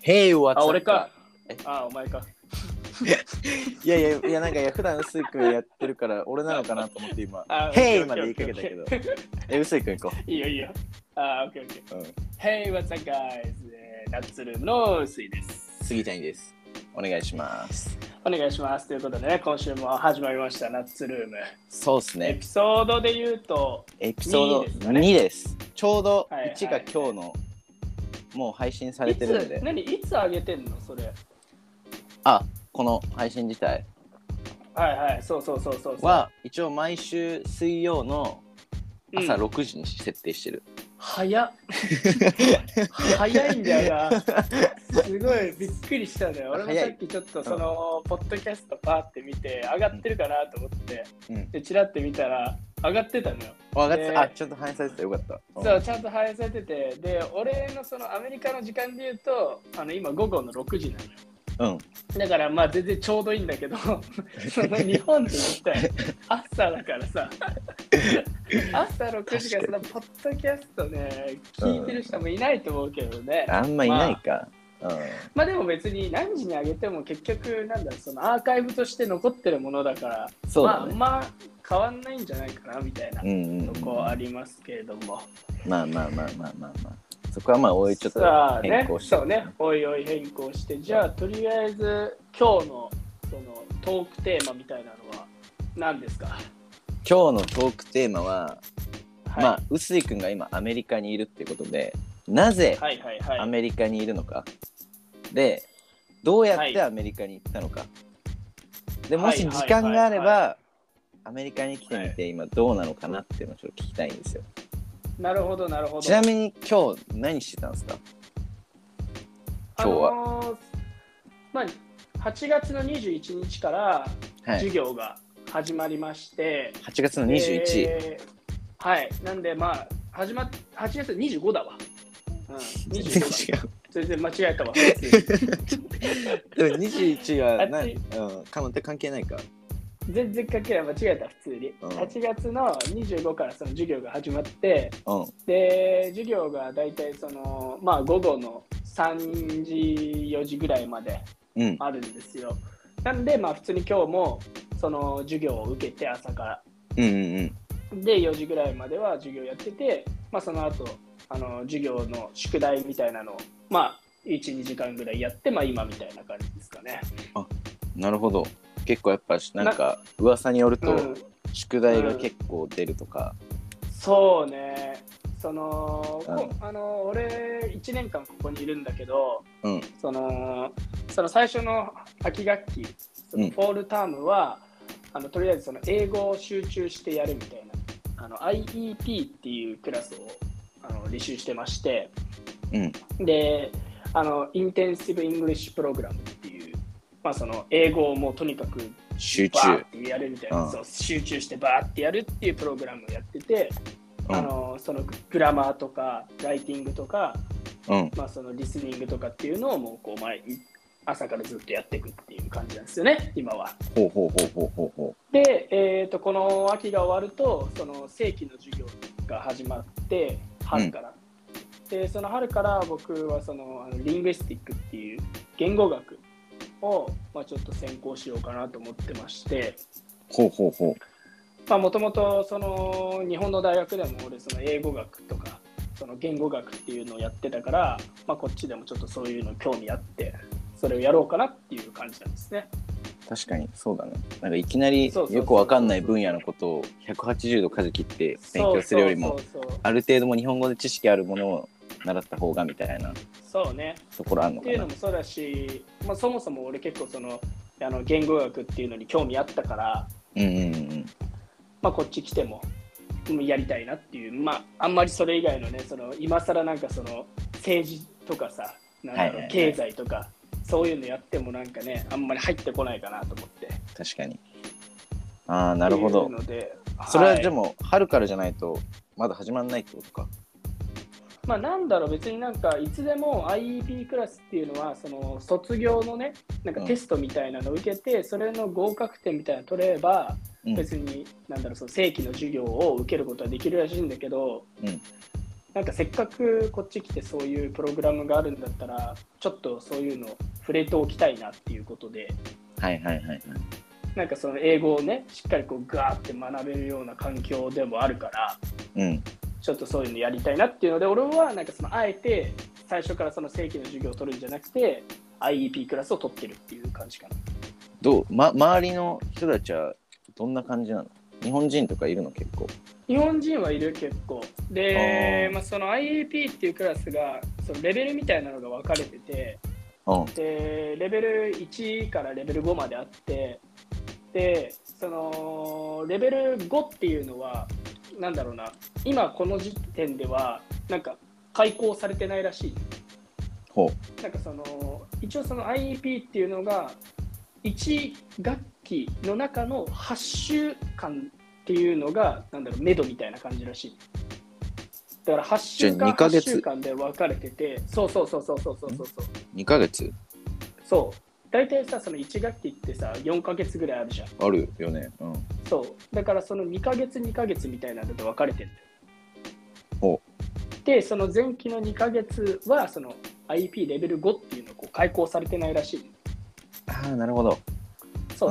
Hey, what's あ、 up? 俺か。あ、お前か。 いや、なんか普段薄井くんやってるから、俺なのかなと思って今、 あ、 Hey まで言いかけたけど、薄井くん行こいいよいいよ。あ、オッケーオッケー。 う。うん。 Hey, what's up, guys? ナッツルームの薄井です。 杉谷です。お願いします。 お願いします。ということでね、今週も始まりました、ナッツルーム。 そうですね。 エピソードで言うと、 エピソード 2ですかね。 2です。ちょうどはいはい 1が今日の、もう配信されてるんで。 いつ上げてんのそれ。 あ、この配信自体はいはい、そう。 は、一応毎週水曜の朝6時に設定してる。 早いんだよな。すごいびっくりしたんだよ。俺もさっきちょっとその、ポッドキャストパーって見て上がってるかなと思って、でチラって見たら上がってたのよ。 上がってた。あ、ちゃんと反映されてたよかった。 そう、ちゃんと反映されてて、で俺のそのアメリカの時間で言うと今午後の6時なのよ。だからまあ全然ちょうどいいんだけどその日本で言ったら朝だからさ朝6時からそのポッドキャストね聞いてる人もいないと思うけどね、 あんまいないか、 まあでも別に何時に上げても結局なんだろう、そのアーカイブとして残ってるものだからそうだね、 まあ変わんないんじゃないかなみたいなとこありますけれども、 まあそこはまあおいちょっと変更して、 そうね、おいおい変更して、じゃあとりあえず今日のそのトークテーマみたいなのは何ですか？ 今日のトークテーマは、 はい、 まあ臼井くんが今アメリカにいるってことで、なぜアメリカにいるのか、でどうやってアメリカに行ったのか、でもし時間があればアメリカに来てみて今どうなのかなっていうのをちょっと聞きたいんですよ。 なるほどなるほど。 ちなみに今日何してたんですか？今日は、 まあ8月の21日から授業が始まりまして、 8月の21、 はい、なんでまあ8月25だわ。 全然違う。 全然間違えたわ。 でも21は何、関係ないか。 全然関係ない、間違えた、普通に。8月の25からその授業が始まって、で、授業がだいたいその、まあ午後の3時、4時ぐらいまであるんですよ。なんで、まあ普通に今日もその授業を受けて朝から。で、4時ぐらいまでは授業やってて、まあその後、授業の宿題みたいなのを、まあ1、2時間ぐらいやって、まあ今みたいな感じですかね。 あ、なるほど。結構やっぱなんか噂によると宿題が結構出るとか、 そうね、その、俺1年間ここにいるんだけど、その最初の秋学期、そのフォールタームは、とりあえずその英語を集中してやるみたいなIEP っていうクラスを履修してまして、でインテンシブ・イングリッシュ・プログラムっていう、まあ、その英語をもうとにかく集中バーってやるみたいな、そう集中してバーってやるっていうプログラムをやってて、そのグラマーとかライティングとか、まあ、そのリスニングとかっていうのをもうこう朝からずっとやっていくっていう感じなんですよね、今は。で、この秋が終わるとその正規の授業が始まって春から、でその春から僕はそのリングイスティックっていう言語学を、まあ、ちょっと専攻しようかなと思ってまして、もともとその日本の大学でも俺その英語学とかその言語学っていうのをやってたから、まあ、こっちでもちょっとそういうの興味あってそれをやろうかなっていう感じなんですね。 確かにそうだね。なんかいきなりよくわかんない分野のことを180度舵切って勉強するよりも、ある程度も日本語で知識あるものを習った方がみたいなところあるのかな。 っていうのもそうだし、まあ、そもそも俺結構その言語学っていうのに興味あったから、まあ、こっち来てもやりたいなっていう、まあ、あんまりそれ以外のね、その今更なんかその政治とかさ、経済とかそういうのやってもなんかね、あんまり入ってこないかなと思って。 確かに。ああ、なるほど。それはでも春からじゃないとまだ始まんないってことか。 まあなんだろう、別になんかいつでも IEP クラスっていうのはその卒業のね、なんかテストみたいなのを受けて、それの合格点みたいなの取れれば、別になんだろう、その正規の授業を受けることはできるらしいんだけど、 なんかせっかくこっち来てそういうプログラムがあるんだったら、ちょっとそういうの触れておきたいなっていうことで、 はいはいはいはい。 なんかその英語をね、しっかりこうガーって学べるような環境でもあるから、 うん、 ちょっとそういうのやりたいなっていうので、俺はなんかそのあえて最初からその正規の授業を取るんじゃなくて、IEP クラスを取ってるっていう感じかな。 周りの人たちはどんな感じなの？日本人とかいるの？結構日本人はいる結構で、その IEP っていうクラスがそのレベルみたいなのが分かれてて、でレベル1からレベル5まであって、でそのレベル5っていうのはなんだろうな、今この時点ではなんか開講されてないらしい。なんかその一応その IEP っていうのが1学期の中の8週間っていうのがなんだろう、目処みたいな感じらしい。だから8週間で分かれてて、そう 2ヶ月。 そう大体さ、その1学期ってさ4ヶ月ぐらいあるじゃん。 あるよね。うん。 そうだからその2ヶ月みたいなので分かれてるんだよ。でその前期の2ヶ月はその IEP レベル5っていうのをこう開講されてないらしい。 ああ、なるほど。 そう、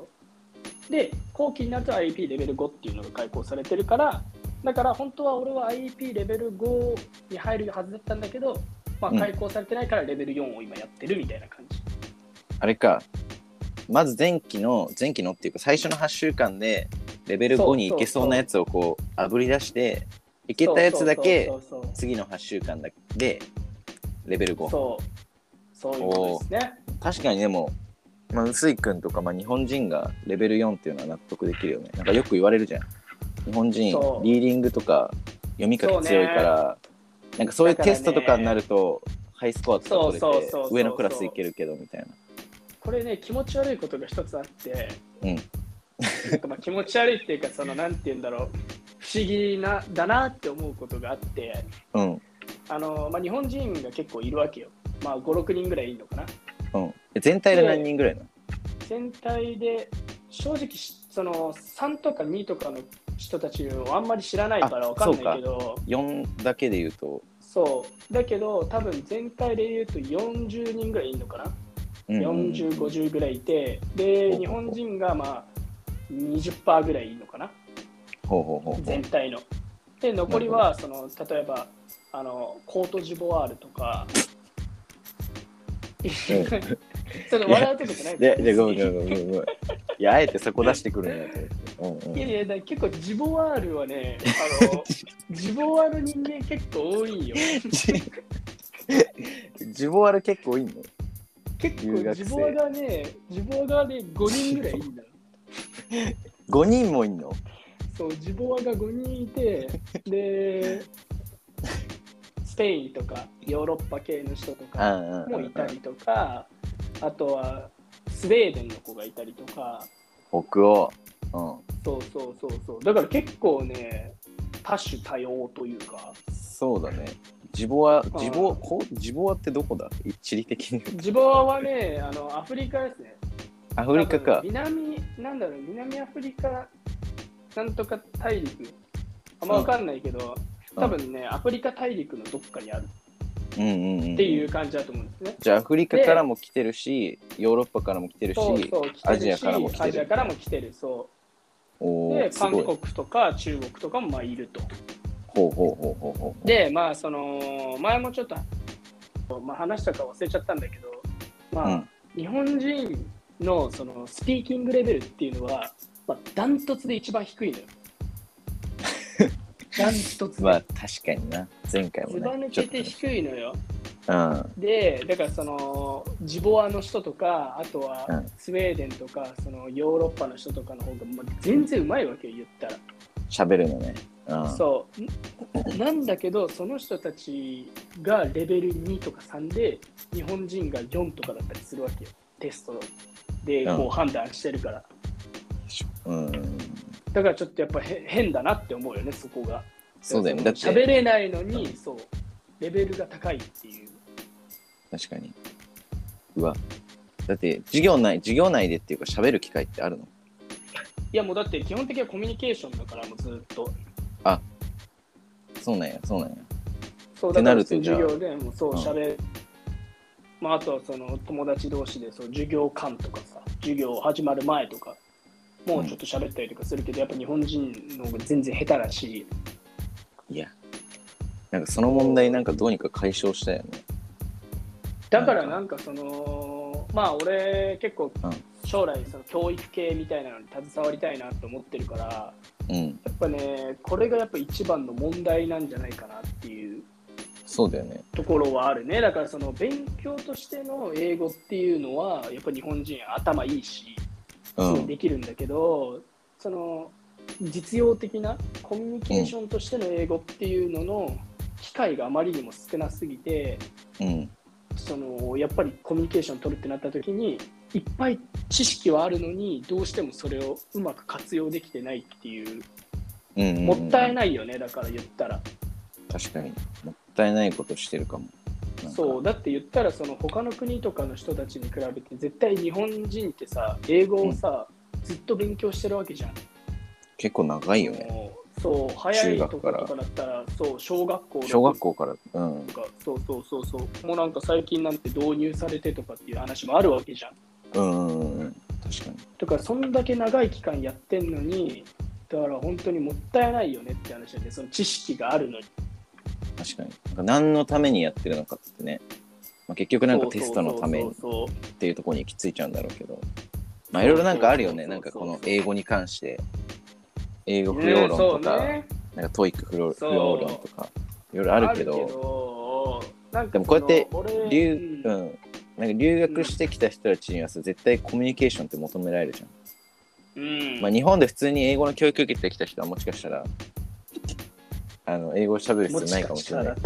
で後期になると IEP レベル5っていうのが開講されてるから、だから本当は俺は IEP レベル5に入るはずだったんだけど、まあ、開講されてないからレベル4を今やってるみたいな感じ。 あれか、まず前期のっていうか最初の8週間でレベル5に行けそうなやつをこうあぶり出して、いけたやつだけ次の8週間でレベル5。 そういうことですね。 確かにでも、臼井君とか、日本人がレベル4っていうのは納得できるよね。なんかよく言われるじゃん。日本人リーディングとか読み書き強いから、なんかそういうテストとかになるとハイスコアとか取れて上のクラスいけるけどみたいな。 これね、気持ち悪いことが一つあって、なんか気持ち悪いっていうか、そのなんて言うんだろう、不思議だなって思うことがあって、日本人が結構いるわけよ。5、6人ぐらいいるのかな。 全体で何人ぐらいなの？ 全体で正直その3とか2とかの人たちをあんまり知らないから分かんないけど、 4だけで言うとそうだけど多分全体で言うと40人ぐらいいるのかな、40、50ぐらいいて、で日本人が20% ぐらいいるのかな、全体の。で残りはその例えばコートジボワールとかその笑うとこじゃないですよ。ごめん。いや、あえてそこ出してくるんやと思って。 いや結構ジボワールはね、ジボワール人間結構多いよ。 ジボワール結構いいの？ 結構ジボワがね5人ぐらいいいんだよ。 5人もいんの？ そう、ジボワが5人いて、でスペインとかヨーロッパ系の人とかもいたりとか、あとはスウェーデンの子がいたりとか。 北欧。 そうだから結構ね、多種多様というか。 そうだね。ジボワってどこだ？地理的に。 ジボワはね、アフリカですね。 アフリカか。 南アフリカなんとか大陸、あんま分かんないけど、多分ね、アフリカ大陸のどっかにあるっていう感じだと思うんですね。 じゃあアフリカからも来てるし、ヨーロッパからも来てるし、アジアからも来てる。そうで、韓国とか中国とかもいると。で、その前もちょっと、話したか忘れちゃったんだけど、日本人のそのスピーキングレベルっていうのは、ダントツで一番低いのよ。ダントツで。 確かにな。前回もね。 ずば抜けて低いのよ。で、だからそのジボワの人とか、あとはスウェーデンとか、そのヨーロッパの人とかの方が全然うまいわけよ、言ったら。 喋るのね。 そうなんだけど、その人たちがレベル2とか3で日本人が4とかだったりするわけよ、テストでこう判断してるから。だからちょっとやっぱ変だなって思うよね、そこが。 そうだよね。だって喋れないのに、そうレベルが高いっていう。 確かに。だって授業内でっていうか喋る機会ってあるの？ いやもうだって基本的にはコミュニケーションだから、もうずっと。 そうなんや。 そうだから授業でもそう喋る、まあ、あとはその友達同士でそう授業間とかさ、授業始まる前とかもうちょっと喋ったりとかするけど、やっぱ日本人の方が全然下手だし。 いや、なんかその問題なんかどうにか解消したよね。 だからなんかそのまあ俺結構将来その教育系みたいなのに携わりたいなと思ってるから、やっぱねこれがやっぱ一番の問題なんじゃないかなっていうそうだよねところはあるね。だからその勉強としての英語っていうのはやっぱ日本人頭いいしできるんだけど、その実用的なコミュニケーションとしての英語っていうのの機会があまりにも少なすぎて、そのやっぱりコミュニケーション取るってなった時にいっぱい知識はあるのにどうしてもそれをうまく活用できてないっていう、もったいないよね。だから言ったら確かにもったいないことしてるかも。 そうだって言ったらその他の国とかの人たちに比べて絶対日本人ってさ英語をさ、ずっと勉強してるわけじゃん。 結構長いよね。 そう早いところとかだったらそう小学校から、 とか、そうもうなんか最近なんて導入されてとかっていう話もあるわけじゃん。確かに。だからそんだけ長い期間やってんのに、だから本当にもったいないよねって話で、その知識があるのに。 確かに。なんか何のためにやってるのかってね、まあ、結局なんかテストのためにっていうところに行き着いちゃうんだろうけど、まあいろいろなんかあるよね。なんかこの英語に関して英語不要論とか、なんかトイック不要論とかいろいろあるけど、でもこうやってなんか留学してきた人たちにはさ、絶対コミュニケーションって求められるじゃん。まあ日本で普通に英語の教育受けてきた人はもしかしたら英語を喋る必要ないかもしれない。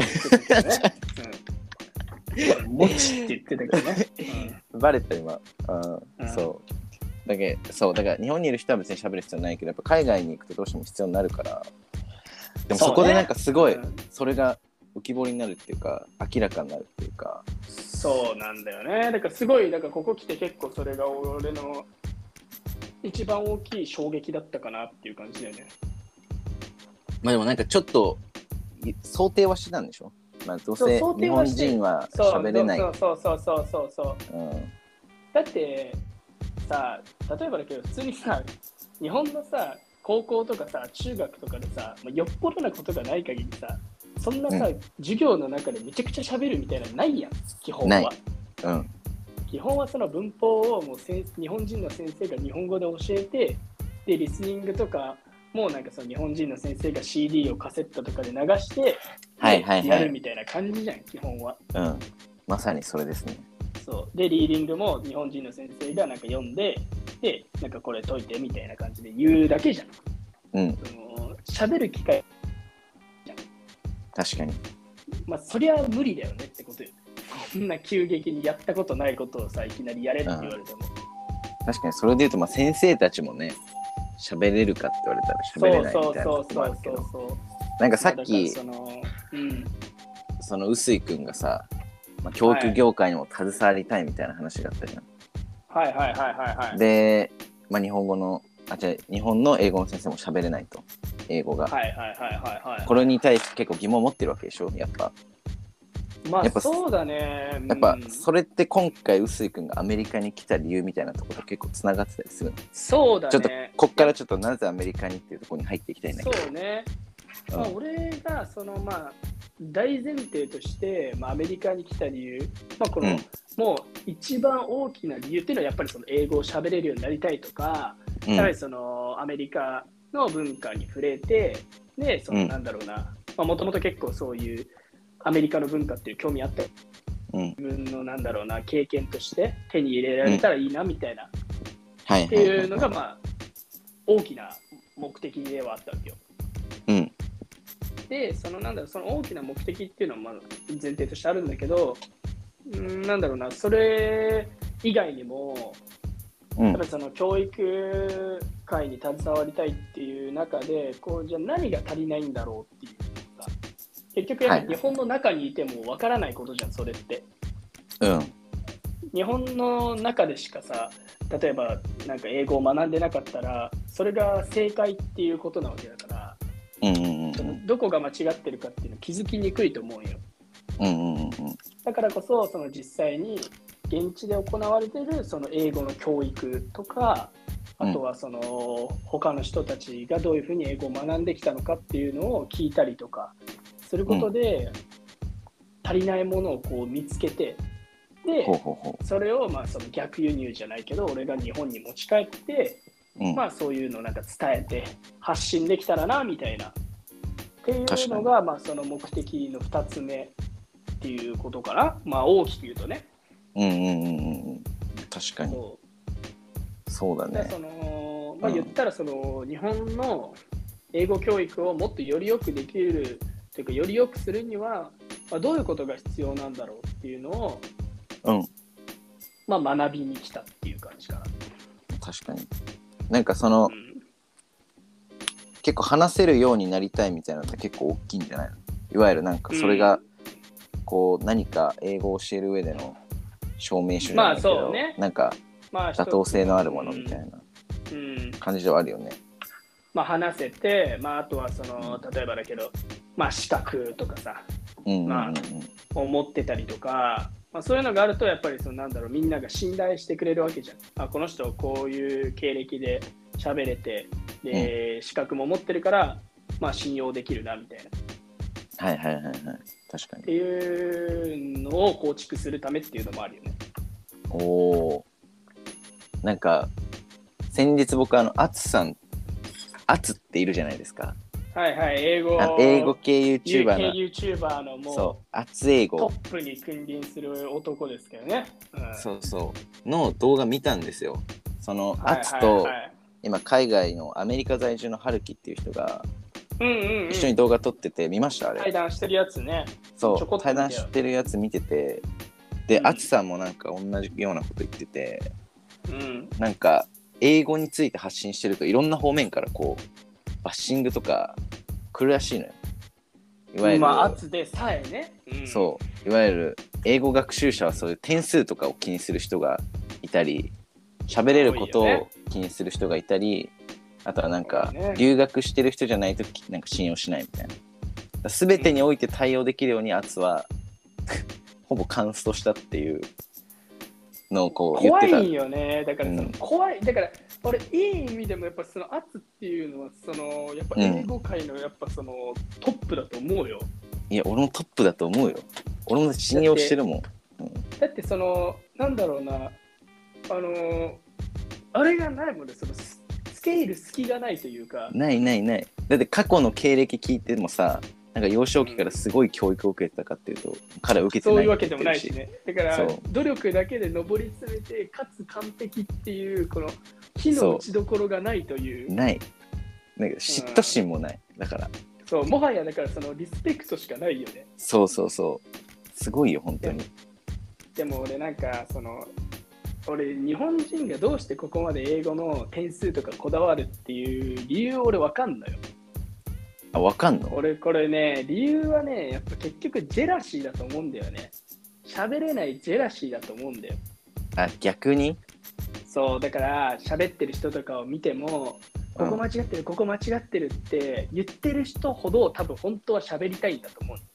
もちって言ってたけどね。 バレた今。そう。だから日本にいる人は別に喋る必要ないけど、やっぱ海外に行くとどうしても必要になるから。でもそこでなんかすごいそれが浮き彫りになるっていうか明らかになるっていうか。 そうなんだよね。だからすごいだからここ来て結構それが俺の一番大きい衝撃だったかなっていう感じだよね。 まあでもなんかちょっと想定はしてたんでしょ。まあどうせ日本人は喋れない。 そう。だってさ、例えばだけど普通にさ、日本のさ高校とかさ中学とかでさ、よっぽどなことがない限りさ、そんなさ、授業の中でめちゃくちゃ喋るみたいなのないやん、基本は。基本はその文法をもう日本人の先生が日本語で教えて、でリスニングとかもうなんかその日本人の先生が CD をカセットとかで流してやるみたいな感じじゃん、基本は。 まさにそれですね。 そうでリーディングも日本人の先生がなんか読んで、でなんかこれ解いてみたいな感じで言うだけじゃん。喋る機会じゃん。 確かに。 まあそりゃ無理だよねってことよ。こんな急激にやったことないことをさいきなりやれって言われても。 確かにそれで言うと、まあ先生たちもね喋れるかって言われたら喋れないみたいなこともあるけど、なんかさっきその臼井くんがさ、教育業界にも携わりたいみたいな話があったじゃん。で、日本の英語の先生も喋れないと、英語が。これに対して結構疑問を持ってるわけでしょ、やっぱ。 やっぱそうだね。 やっぱそれって今回臼井くんがアメリカに来た理由みたいなところと結構つながってたりするの。 そうだね。 ちょっとこっからちょっとなぜアメリカにっていうところに入っていきたいんだけど。 そうね。俺がその大前提として、アメリカに来た理由、この、もう一番大きな理由っていうのはやっぱりその英語を喋れるようになりたいとか、やはりそのアメリカの文化に触れて、でそのなんだろうな、もともと結構そういうアメリカの文化っていう興味あって、自分のなんだろうな経験として手に入れられたらいいなみたいな、っていうのが大きな目的ではあったわけよ。でその大きな目的っていうのは前提としてあるんだけど、それ以外にも、やっぱりその教育界に携わりたいっていう中で、じゃあ何が足りないんだろうっていうか、結局やっぱ日本の中にいてもわからないことじゃん、それって。日本の中でしかさ、例えばなんか英語を学んでなかったら、それが正解っていうことなわけだから。 どこが間違ってるかっていうの気づきにくいと思うよ。だからこそ、その実際に現地で行われているその英語の教育とか、あとはその他の人たちがどういうふうに英語を学んできたのかっていうのを聞いたりとかすることで、足りないものをこう見つけて、でそれをまあその逆輸入じゃないけど俺が日本に持ち帰って、まあそういうのをなんか伝えて発信できたらなみたいなっていうのがまあその目的の2つ目っていうことかな。まあ大きく言うとね。 確かに。そうだね。 そのまあ言ったらその日本の英語教育をもっとより良くできるというかより良くするには、まあ、どういうことが必要なんだろうっていうのを、まあ学びに来たっていう感じかな。 確かに。なんかその、結構話せるようになりたいみたいなのって結構大きいんじゃないの？いわゆるなんかそれがこう何か英語を教える上での証明書じゃないけど、まあそうね、なんか妥当性のあるものみたいな感じではあるよね。 まあ話せて、まああとはその例えばだけど、まあ資格とかさ、まあ思ってたりとか。まあ、そういうのがあるとやっぱりそのなんだろうみんなが信頼してくれるわけじゃん。この人こういう経歴で喋れてで、資格も持ってるからまあ信用できるなみたいな。 確かに。 っていうのを構築するためっていうのもあるよね。 なんか先日僕アツっているじゃないですか。英語系 YouTuber のもうそう熱英語トップに君臨する男ですけどね、 そうの動画見たんですよ。その熱と、今海外のアメリカ在住の春樹っていう人が一緒に動画撮ってて見ました？あれ対談してるやつね。 そう対談してるやつ見てて、で熱さんもなんか同じようなこと言ってて、なんか英語について発信してるといろんな方面からこうバッシングとか来るらしいのよ。いわゆる圧でさえね、 そういわゆる英語学習者はそういう点数とかを気にする人がいたり、喋れることを気にする人がいたり、あとはなんか留学してる人じゃないとなんか信用しないみたいな。全てにおいて対応できるように圧はほぼカンストしたっていうのをこう言ってた。 怖いよね。だから怖い。だから俺いい意味でもやっぱその圧っていうのはそのやっぱ英語界のやっぱそのトップだと思うよ。 いや俺もトップだと思うよ。俺も信用してるもん。 だってそのなんだろうな、あれがないもんね、そのスケール隙がないというか。 ない。だって過去の経歴聞いてもさ、なんか幼少期からすごい教育を受けてたかっていうと、彼は受けてない。 そういうわけでもないしね。だから努力だけで上り詰めてかつ完璧っていうこの火の打ちどころがないという。 ない。なんか嫉妬心もない。だから。 そうもはやだからそのリスペクトしかないよね。 そう。すごいよ本当に。 でも俺なんかその俺日本人がどうしてここまで英語の点数とかこだわるっていう理由俺わかんのよ。 わかんの？ 俺これね理由はねやっぱ結局ジェラシーだと思うんだよね。喋れないジェラシーだと思うんだよ。 逆に？ そうだから喋ってる人とかを見てもここ間違ってる、ここ間違ってるって言ってる人ほど多分本当は喋りたいんだと思う。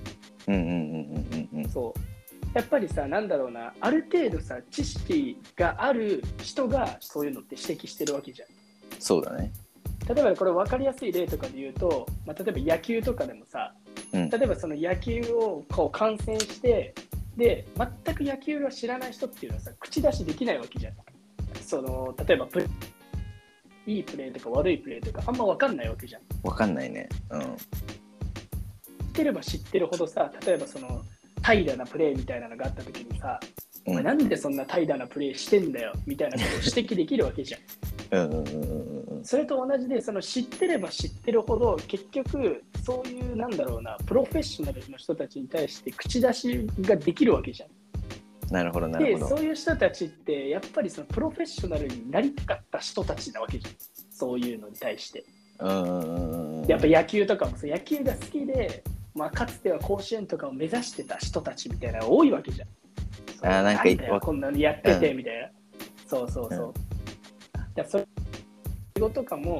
そうやっぱりさなんだろうな、ある程度さ知識がある人がそういうのって指摘してるわけじゃん。 そうだね。 例えばこれ分かりやすい例とかで言うと、例えば野球とかでもさ、例えばその野球をこう観戦してで全く野球が知らない人っていうのはさ口出しできないわけじゃん。その例えばいいプレーとか悪いプレーとかあんま分かんないわけじゃん。 分かんないね。 知ってれば知ってるほどさ、例えばその怠惰なプレーみたいなのがあった時にさ、お前なんでそんな怠惰なプレーしてんだよみたいなことを指摘できるわけじゃん。それと同じでその知ってれば知ってるほど結局そういうなんだろうなプロフェッショナルの人たちに対して口出しができるわけじゃん。 なるほど。 でそういう人たちってやっぱりそのプロフェッショナルになりたかった人たちなわけじゃん。そういうのに対してやっぱ野球とかも野球が好きで、かつては甲子園とかを目指してた人たちみたいなのが多いわけじゃん。 なんかこんなのやっててみたいな、そうだそれ仕事とかも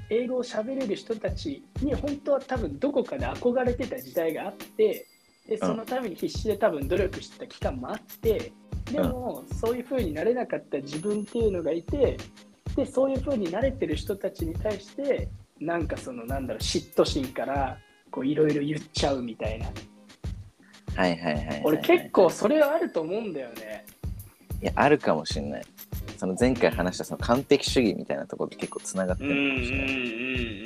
英語を喋れる人たちに本当は多分どこかで憧れてた時代があって、でそのために必死で多分努力してた期間もあって、でもそういう風になれなかった自分っていうのがいて、でそういう風になれてる人たちに対してなんかそのなんだろう、嫉妬心からこういろいろ言っちゃうみたいな。 はいはいはい、はい、 俺結構それはあると思うんだよね。 いや、あるかもしれない。その前回話したその完璧主義みたいなところと結構つながってるかもしれない。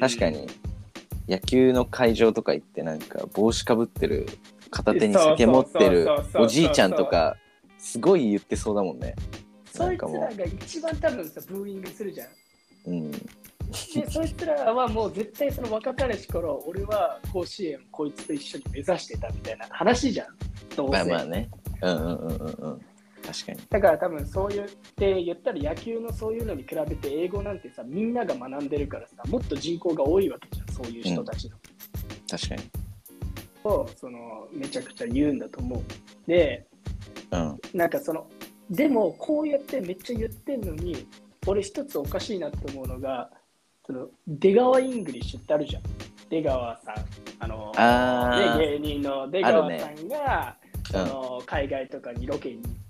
確かに野球の会場とか行ってなんか帽子かぶってる、片手に酒持ってるおじいちゃんとかすごい言ってそうだもんね。 そいつらが一番多分さブーイングするじゃん。 うん。 でそいつらはもう絶対その若かりし頃、俺は甲子園こいつと一緒に目指してたみたいな話じゃん。どうせ。 まあね。うんうんうんうんうん。確かに。 だから多分そう言って言ったら野球のそういうのに比べて英語なんてさ、みんなが学んでるからさ、もっと人口が多いわけじゃん、そういう人たちの。 確かに。 をそのめちゃくちゃ言うんだと思う。で、なんかそのでもこうやってめっちゃ言ってんのに、俺一つおかしいなと思うのが、その出川イングリッシュってあるじゃん。出川さん、芸人の出川さんが、その海外とかにロケに行って、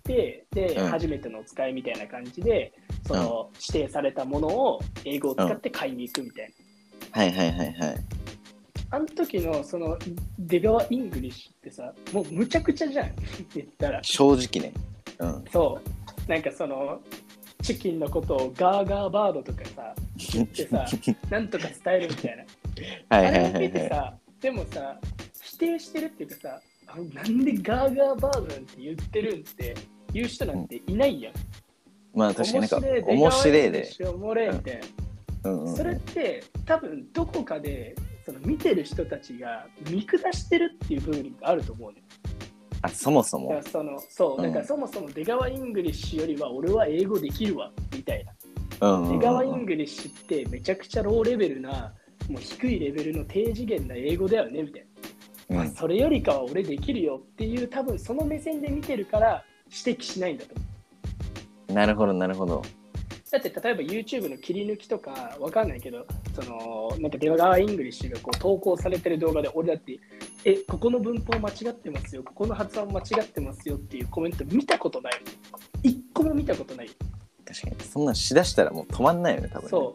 で、初めてのお使いみたいな感じで、その指定されたものを英語を使って買いに行くみたいな。はいはいはいはい。 あの時のその出川イングリッシュってさ、もうむちゃくちゃじゃん言ったら。 正直ね。 そうなんかそのチキンのことをガーガーバードとかさ言ってさなんとか伝えるみたいな。あれを見てさ、でもさ否定してるっていうかさ、なんでガーガーバードなんて言ってるんって言う人なんていないやん。 まあ確かになんか面白いで。 それって多分どこかでその見てる人たちが見下してるっていう部分があると思うね。 そもそも。 だからだからそもそも出川イングリッシュよりは俺は英語できるわみたいな。出川イングリッシュってめちゃくちゃローレベルな、もう低いレベルの低次元な英語だよねみたいな。それよりかは俺できるよっていう、多分その目線で見てるから指摘しないんだと思う。なるほどなるほど。 だって例えば YouTube の切り抜きとかわかんないけど、そのなんか出川イングリッシュがこう投稿されてる動画で、俺だってここの文法間違ってますよ、ここの発音間違ってますよっていうコメント見たことない。一個も見たことない。 確かにそんなしだしたらもう止まんないよね多分ね。 そう、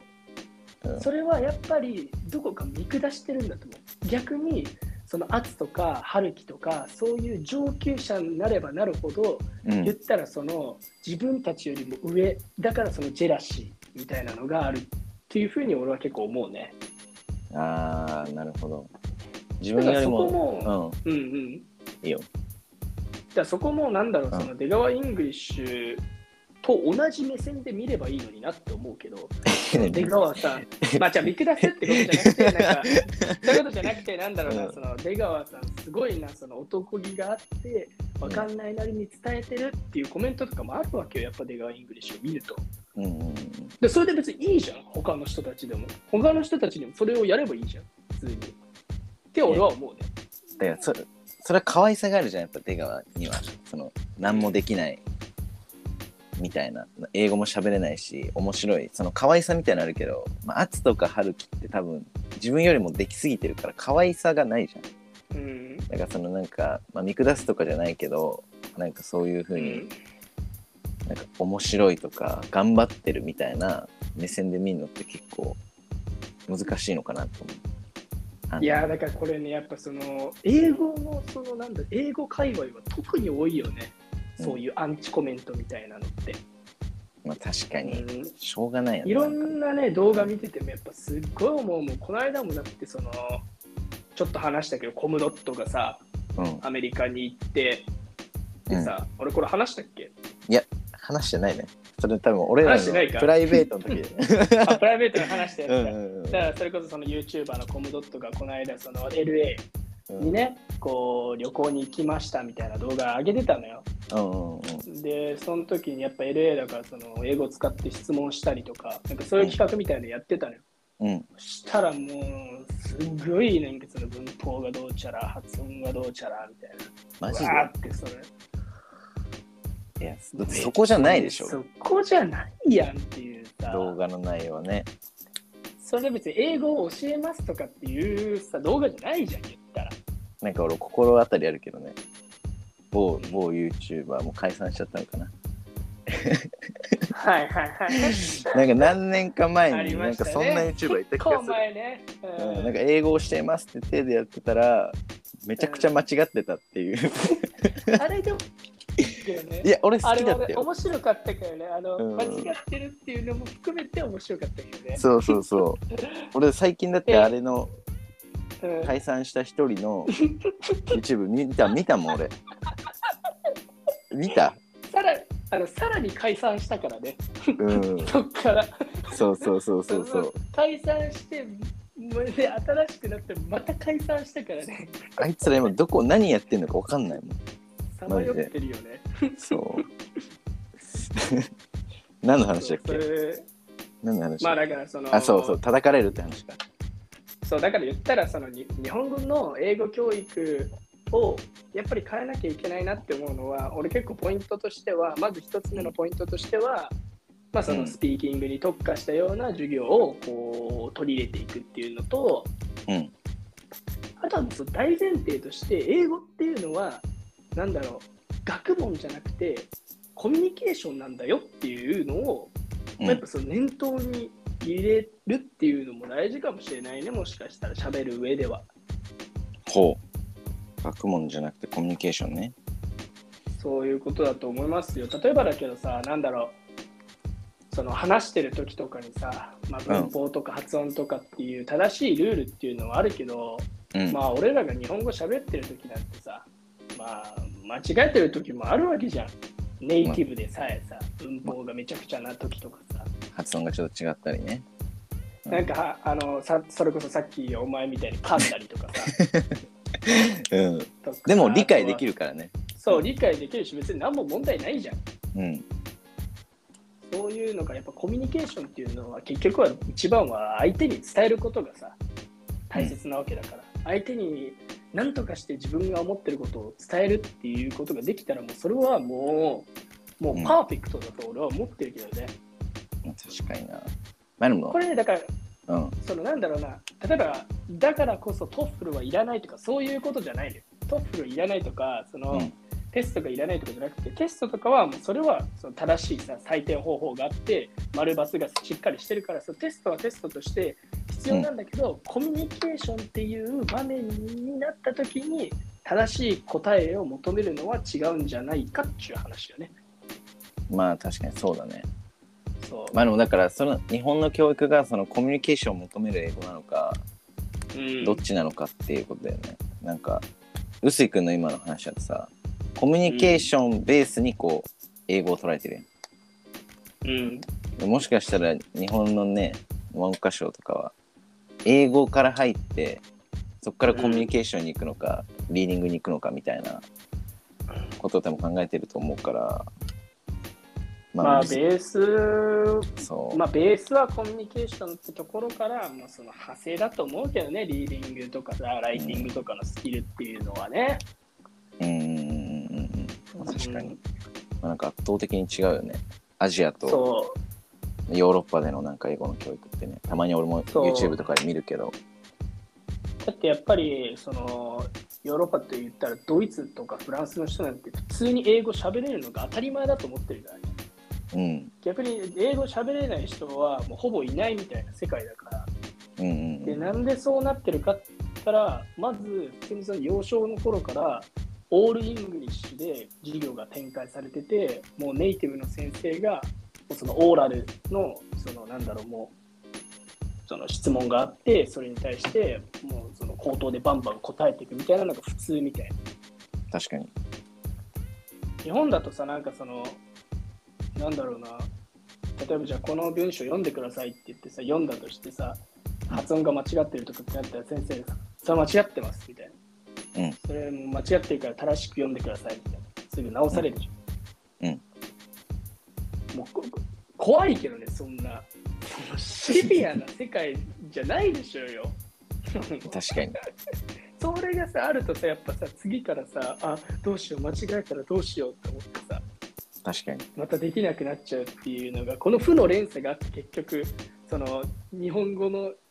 それはやっぱりどこか見下してるんだと思う。逆にその敦とか春樹とかそういう上級者になればなるほど、言ったらその自分たちよりも上だから、そのジェラシーみたいなのがあるっていうふうに俺は結構思うね。 ああ、なるほど。自分よりも、 そこも、いいよ。 だからそこもなんだろう、その出川イングリッシュと同じ目線で見ればいいのになって思うけど、出川さん、まあじゃあ見下すってことじゃなくて、なんかそういうことじゃなくて、なんだろうな、その出川さんすごいな、その男気があって分かんないなりに伝えてるっていうコメントとかもあるわけよ、やっぱ出川イングリッシュを見ると。でそれで別にいいじゃん、他の人たちでも。他の人たちにもそれをやればいいじゃん、普通に。って俺は思うね。 だからそれは可愛さがあるじゃん、やっぱ出川には。その何もできないみたいな、英語も喋れないし面白い、その可愛さみたいなのあるけど、敦とか春樹って多分自分よりもできすぎてるから可愛さがないじゃん。だからそのなんか、見下すとかじゃないけど、なんかそういう風に、なんか面白いとか頑張ってるみたいな目線で見るのって結構難しいのかなと思う。 いやだからこれね、やっぱその英語のそのなんだ、英語界隈は特に多いよね。そういうアンチコメントみたいなのって。 確かに、しょうがないよね。 いろんなね、動画見ててもやっぱすっごい思う。もうこの間もだってその、ちょっと話したけど、コムドットがさ、アメリカに行って、でさ、俺これ話したっけ？ いや、話してないね。それ多分俺らのプライベートの時で。 プライベートの話してるだからそれこそその YouTuber のコムドットがこの間その LA にね、こう旅行に行きましたみたいな動画上げてたのよ。でその時にやっぱ LA だからその英語を使って質問したりとか、なんかそういう企画みたいなのやってたのよ。そしたらもうすごいなんかその文法がどうちゃら発音がどうちゃらみたいな。 マジで？ わーってそれ。 いや、だってそこじゃないでしょ。 そこじゃないやんっていうさ。 動画の内容はね。 それで別に英語を教えますとかっていうさ動画じゃないじゃん、言ったら。 なんか俺心当たりあるけどね。某 YouTuber も解散しちゃったのかな。 はいはいはい。 なんか何年か前に、 ありましたね、 なんかそんな YouTuber いた気がする。 前ね、 なんか英語を教えますって手でやってたら、めちゃくちゃ間違ってたっていう。 あれでもいや、俺好きだったよ。 あれ面白かったからね、間違ってるっていうのも含めて面白かったけどね。 そうそうそう。俺最近だってあれの解散した一人の YouTube 見たもん俺。見た？ さらに解散したからね。 うん。 そっから。 そう。 解散して、で新しくなってまた解散したからね。 あいつら今何やってんのか分かんないもん。 さまよってるよね。 そう。何の話だっけ？何の話？ まあだからそう叩かれるって話か。 そうだから言ったら日本語の英語教育をやっぱり変えなきゃいけないなって思うのは、俺結構ポイントとしては、まず一つ目のポイントとしては、まあそのスピーキングに特化したような授業をこう取り入れていくっていうのと、あとはその大前提として英語っていうのは学問じゃなくてコミュニケーションなんだよっていうのを、やっぱその念頭に入れるっていうのも大事かもしれないね、もしかしたら喋る上では。 ほう。学問じゃなくてコミュニケーションね。 そういうことだと思いますよ。例えばだけどさ、その話してる時とかにさ、まあ、文法とか発音とかっていう正しいルールっていうのはあるけど、まあ俺らが日本語喋ってる時なんてさ、まあ間違えてる時もあるわけじゃん。ネイティブでさえさ、文法がめちゃくちゃな時とかさ、 発音がちょっと違ったりね。 なんかそれこそさっきお前みたいに噛んだりとかさ、 でも理解できるからね。 そう、理解できるし別に何も問題ないじゃん。そういうのがやっぱコミュニケーションっていうのは結局は一番は相手に伝えることがさ大切なわけだから、相手に何とかして自分が思ってることを伝えるっていうことができたら、もうそれはもうパーフェクトだと俺は思ってるけどね。 確かにな。 これね、だから、例えばだからこそトッフルはいらないとかそういうことじゃないのよ。トッフルいらないとかテストがいらないとかじゃなくて、テストとかはもうそれはその正しい採点方法があって丸バスがしっかりしてるから、そのテストはテストとして必要なんだけど、コミュニケーションっていう場面になった時に正しい答えを求めるのは違うんじゃないかっていう話よね。 まあ確かにそうだね。まあでもだからその日本の教育がそのコミュニケーションを求める英語なのか、どっちなのかっていうことだよね。なんか臼井君の今の話だとさ、コミュニケーションベースにこう英語を捉えてるやん。もしかしたら日本のね文科省とかは英語から入ってそこからコミュニケーションに行くのか、リーディングに行くのかみたいなことを多分考えてると思うから、ベースはコミュニケーションってところから、その派生だと思うけどね、リーディングとかさライティングとかのスキルっていうのはね。確かに、なんか圧倒的に違うよね、アジアとヨーロッパでのなんか英語の教育ってね。たまに俺も YouTube とかで見るけど、 だってやっぱりそのヨーロッパって言ったらドイツとかフランスの人なんて普通に英語喋れるのが当たり前だと思ってるからね。逆に英語喋れない人はもうほぼいないみたいな世界だから。でなんでそうなってるかって言ったら、まず普通にその幼少の頃からオールイングリッシュで授業が展開されてて、もうネイティブの先生がそのオーラルのその質問があって、それに対してもうその口頭でバンバン答えていくみたいなのが普通みたいな。 確かに。 日本だとさ、なんかその例えばじゃあこの文章読んでくださいって言ってさ、読んだとしてさ、発音が間違ってるとかってなったら先生がさ、それは間違ってますみたいな。それ間違ってるから正しく読んでくださいみたいな。すぐ直されるじゃん。もう怖いけどね、そんなシビアな世界じゃないでしょうよ。 確かに。 それがさあるとさ、やっぱさ次からさ、どうしよう、間違えたらどうしようって思ってさ、 確かにまたできなくなっちゃうっていうのが、この負の連鎖があって、結局その日本語の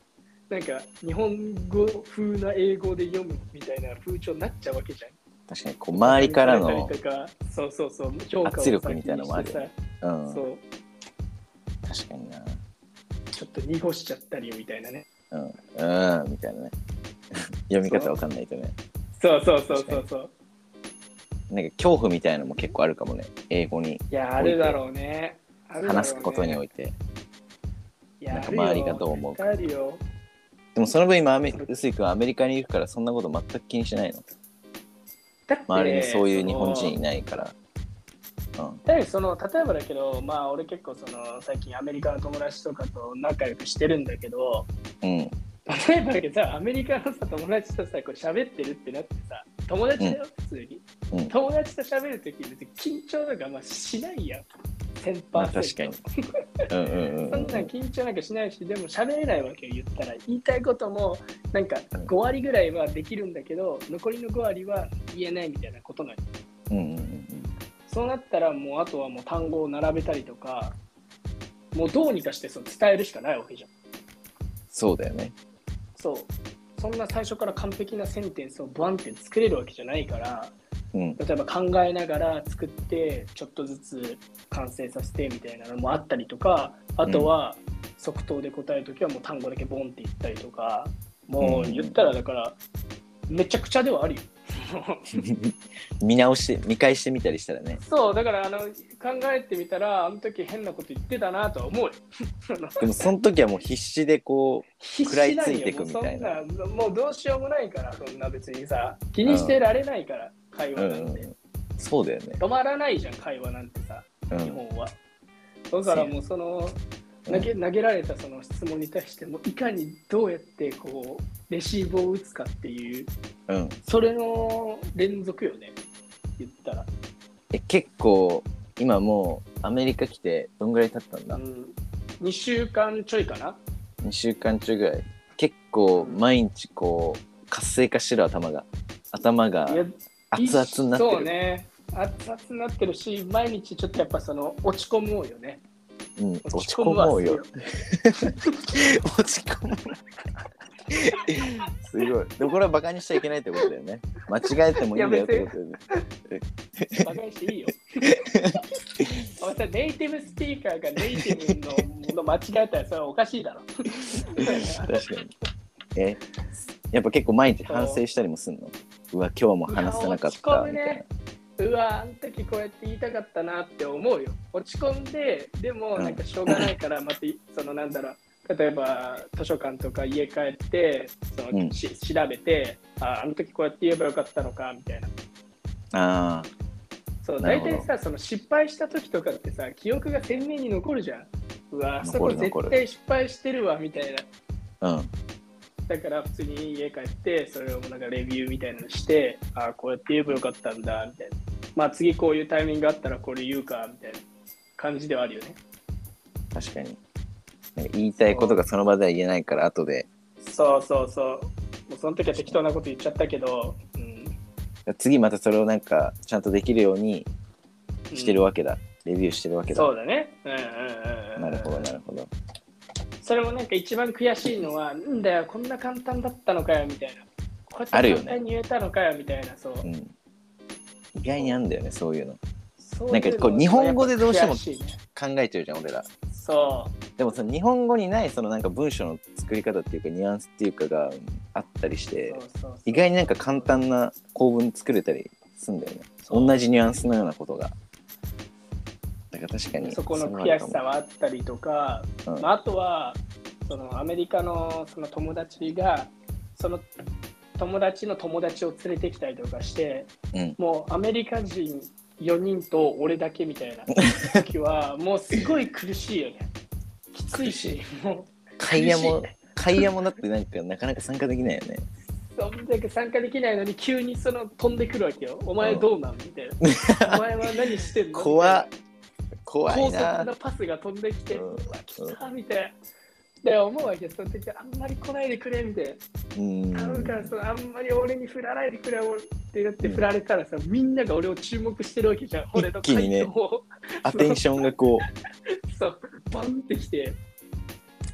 なんか日本語風な英語で読むみたいな風潮になっちゃうわけじゃん。 確かにこう周りからのそうそうそう、評価を圧力みたいなのもあるよね。 うん、そう。 確かにな。 ちょっと濁しちゃったりみたいなね。 みたいなね。読み方わかんないとね。 そうそうそうそうそう。 なんか恐怖みたいなのも結構あるかもね、英語に。 いや、あるだろうね。 話すことにおいて。 いや、 なんか周りがどう思うか。 あるよ。 でもその分今臼井君はアメリカにいるからそんなこと全く気にしないの？ だって周りにそういう日本人いないから。 例えばだけど、まあ俺結構最近アメリカの友達とかと仲良くしてるんだけど、例えばだけどさ、アメリカのさ友達とさこう喋ってるってなってさ、友達だよ、普通に、友達と喋るとき別に緊張なんかまあしないやん。1000%、 まあ、確かにそんな緊張なんかしないし、でも喋れないわけよ。言ったら言いたいこともなんか5割ぐらいはできるんだけど、残りの5割は言えないみたいなことなんよ。そうなったらもうあとはもう単語を並べたりとか、もうどうにかして伝えるしかないわけじゃん。 そうだよね。 そう、そんな最初から完璧なセンテンスをバンって作れるわけじゃないから、例えば考えながら作ってちょっとずつ完成させてみたいなのもあったりとか、あとは即答で答えるときはもう単語だけボンって言ったりとか、もう言ったらだからめちゃくちゃではあるよ。 見返してみたりしたらね。 そうだから考えてみたらあの時変なこと言ってたなとは思うよ。 でもその時はもう必死でこう食らいついていくみたいな。 もうどうしようもないから、そんな別にさ気にしてられないから、会話なんて、 そうだよね。 止まらないじゃん会話なんてさ、日本は。だからもう投げられたその質問に対してもいかにどうやってこうレシーブを打つかっていう、それの連続よね、言ったら。 結構今もうアメリカ来てどんぐらい経ったんだ ？2週間ちょいかな。 2週間ちょいぐらい。結構毎日こう活性化してる頭が熱々になってる。 そうね、熱々になってるし、毎日ちょっとやっぱ落ち込もうよね。 落ち込もうよ。落ち込もう。すごい。でもこれはバカにしちゃいけないってことだよね。間違えてもいいんだよってことだよね。 バカにしていいよ。お前さ、ネイティブスピーカーがネイティブのもの間違えたらそれはおかしいだろ。 確かに。やっぱ結構毎日反省したりもすんの？うわ、今日も話せなかったみたいな。 うわ、あの時こうやって言いたかったなって思うよ。落ち込んで、でもなんかしょうがないから、またなんだろう、例えば図書館とか家帰って調べて、あの時こうやって言えばよかったのかみたいな。そう、大体さ、失敗した時とかってさ、記憶が鮮明に残るじゃん。うわ、あそこ絶対失敗してるわみたいな。だから普通に家帰ってそれをなんかレビューみたいなのして、あ、こうやって言えばよかったんだみたいな。まあ次こういうタイミングがあったらこれ言うかみたいな感じではあるよね。 確かに。なんか言いたいことがその場では言えないから後で。 そう。もうその時は適当なこと言っちゃったけど、 次またそれをなんかちゃんとできるようにしてるわけだ。レビューしてるわけだ。 そうだね。 なるほどなるほど。 それもなんか一番悔しいのは、んだよこんな簡単だったのかよみたいな。こうやって簡単に言えたのかよみたいな。そう。 意外にあるんだよね、そういうの。なんかこう日本語でどうしても考えちゃうじゃん、俺ら。 そう。 でも日本語にないなんか文章の作り方っていうかニュアンスっていうかがあったりして、意外になんか簡単な構文作れたりするんだよね。同じニュアンスのようなことが。だから確かにそこの悔しさはあったりとか、あとはアメリカの友達が友達の友達を連れてきたりとかして、もうアメリカ人4人と俺だけみたいな時はもうすごい苦しいよね。きついし、もう会話もだってなんかなかなか参加できないよね。 そんだけ参加できないのに急に飛んでくるわけよ。お前どうなんみたいな。お前は何してんの？ 怖いな。 高速なパスが飛んできて、うわ来たみたいな。で思うわけ、その時あんまり来ないでくれみたいな。頼むからあんまり俺に振らないでくれって言って振られたらさ、みんなが俺を注目してるわけじゃん。俺の回答を、アテンションがこうそうバンってきて、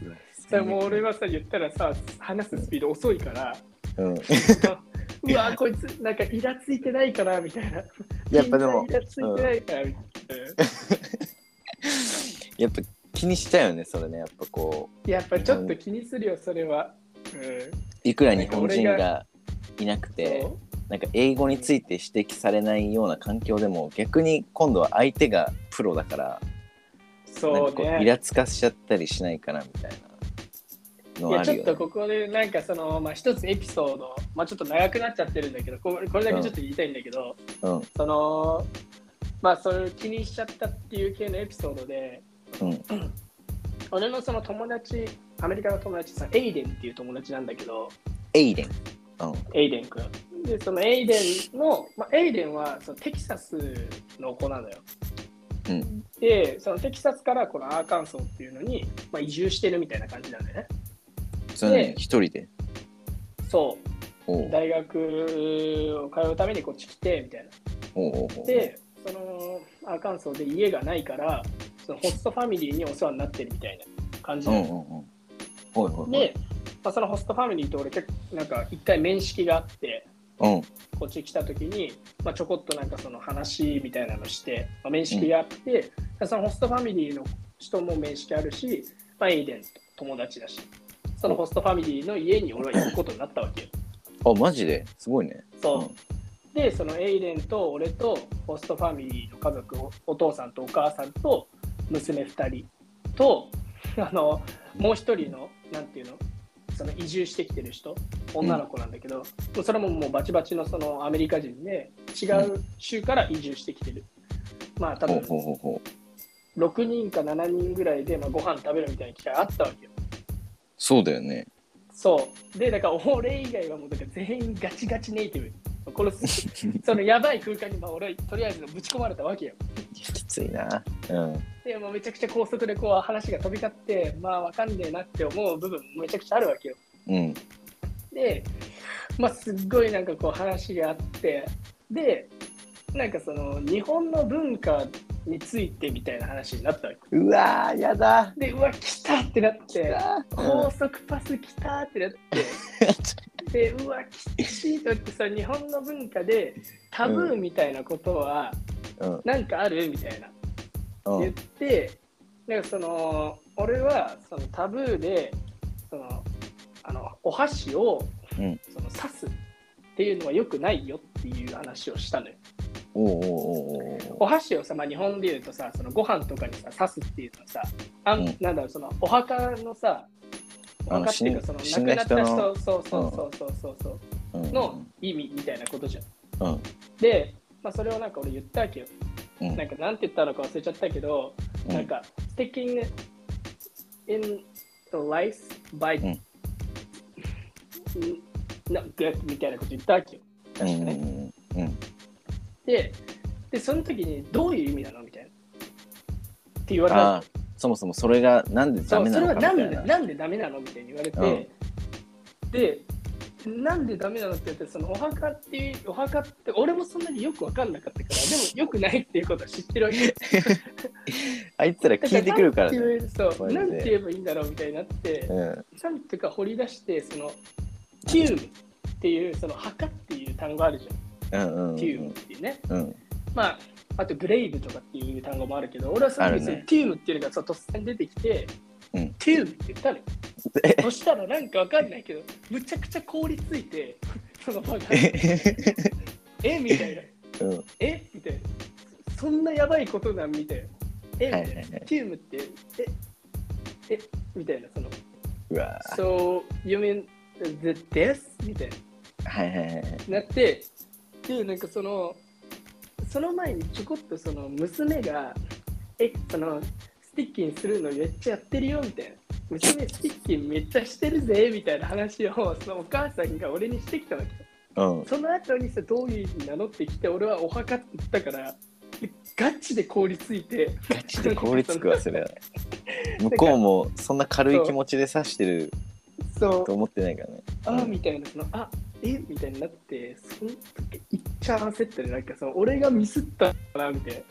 さもう俺はさ言ったらさ話すスピード遅いから、うわこいつなんかイラついてないかなみたいな。 やっぱでもイラついてないかなみたいな。 やっぱ気にしちゃうよねそれね。やっぱこう。やっぱちょっと気にするよそれは。 いくら日本人がいなくてなんか英語について指摘されないような環境でも逆に今度は相手がプロだからそうね、 イラつかしちゃったりしないかなみたいなのあるよね。 いやちょっとここでなんかその、一つエピソード、ちょっと長くなっちゃってるんだけどこれだけちょっと言いたいんだけど、そのそれ気にしちゃったっていう系のエピソードで、俺のその友達アメリカの友達さエイデンっていう友達なんだけど、 エイデン、 エイデン君で、そのエイデンの、エイデンはそのテキサスの子なのよ。でそのテキサスからこのアーカンソーっていうのに、移住してるみたいな感じなんだよね。 それね、一人でそう大学を通うためにこっち来てみたいな。でそのアーカンソーで家がないからそのホストファミリーにお世話になってるみたいな感じなの。で、そのホストファミリーと俺なんか一回面識があって、こっち来た時に、ちょこっとなんかその話みたいなのして、面識があって、そのホストファミリーの人も面識あるし、エイデンと友達だし、そのホストファミリーの家に俺は行くことになったわけよ。 あ、マジですごいね。 そう。で、そのエイデンと俺とホストファミリーの家族、お父さんとお母さんと娘2人と、もう一人の、なんていうの、その移住してきてる人、女の子なんだけど、それももうバチバチのそのアメリカ人で違う州から移住してきてる。多分6人か7人ぐらいでご飯食べるみたいな機会あったわけよ。 そうだよね。 そうで、だから俺以外はもうだから全員ガチガチネイティブ。このそのやばい空間に俺とりあえずぶち込まれたわけよ。 きついな。 でもうめちゃくちゃ高速でこう話が飛び交ってわかんねえなって思う部分めちゃくちゃあるわけよ。で、すっごいなんかこう話があって、でなんかその日本の文化についてみたいな話になったわけ。 うわーやだ。 で来たってなって、高速パス来たってなってできちいとってさ、日本の文化でタブーみたいなことはなんかあるみたいな言って、なんかその俺はそのタブーでそのお箸をその刺すっていうのは良くないよっていう話をしたのよ。お箸をさ、日本で言うとさ、そのご飯とかにさ刺すっていうのはさ、なんだろう、そのお墓のさ、お墓っていうかその亡くなった人、そうの意味みたいなことじゃん。で、それをなんか俺言ったわけよ。なんかなんて言ったのか忘れちゃったけど、なんか sticking in the lice by not good みたいなこと言ったわけよ。確かね。で、その時にどういう意味なのみたいなって言われた。 そもそもそれがなんでダメなのかみたいな。 それはなんでダメなのみたいに言われて、でなんでダメなのって言って、そのお墓って俺もそんなによく分かんなかったから、でもよくないっていうことは知ってるわけ。 あいつら聞いてくるからね。 なんて言えばいいんだろうみたいになって、なんていうか掘り出して、そのテュームっていうその墓っていう単語あるじゃん。テュームっていうね。あとグレイブとかっていう単語もあるけど、俺はその時にテュームっていうのが突然出てきて、テュームって言ったのよ。そしたらなんかわかんないけど、むちゃくちゃ凍りついて、その場がみたいな。みたいな。そんなやばいことなんみたいな。みたいな。テュームってみたいな、その。So you mean the death? みたいな。なって、でなんかその前にちょこっとその娘がそのスティッキンするのめっちゃやってるよみたいな、娘スティッキンめっちゃしてるぜみたいな話をそのお母さんが俺にしてきたわけよ。その後にさ、どういう意味なのってきて、俺はお墓って言ったからガチで凍りついて、 ガチで凍りつくわそれは。向こうもそんな軽い気持ちで刺してると思ってないからね。 みたいな、そのみたいになって、その時いっちゃ焦ってる、なんかその俺がミスったのかなみたい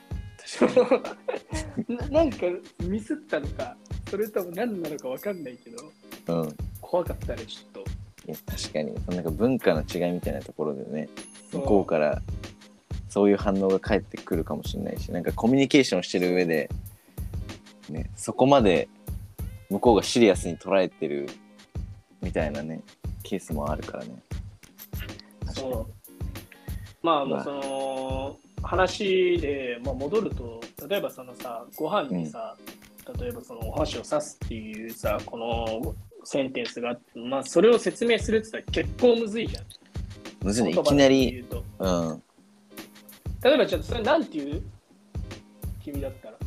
な。なんかミスったのか、それとも何なのか分かんないけど、 怖かったね、ちょっと。 いや確かになんか文化の違いみたいなところでね、向こうからそういう反応が返ってくるかもしれないし、なんかコミュニケーションしてる上で、ね、そこまで向こうがシリアスに捉えてるみたいなねケースもあるからね。 そうまあその話で、戻ると、例えばそのさ、ご飯にさ、例えばそのお箸を刺すっていうさ、このセンテンスがあって、それを説明するって言ったら結構むずいじゃん。 むずいね、いきなり。例えばちょっとそれなんて言う？君だったら。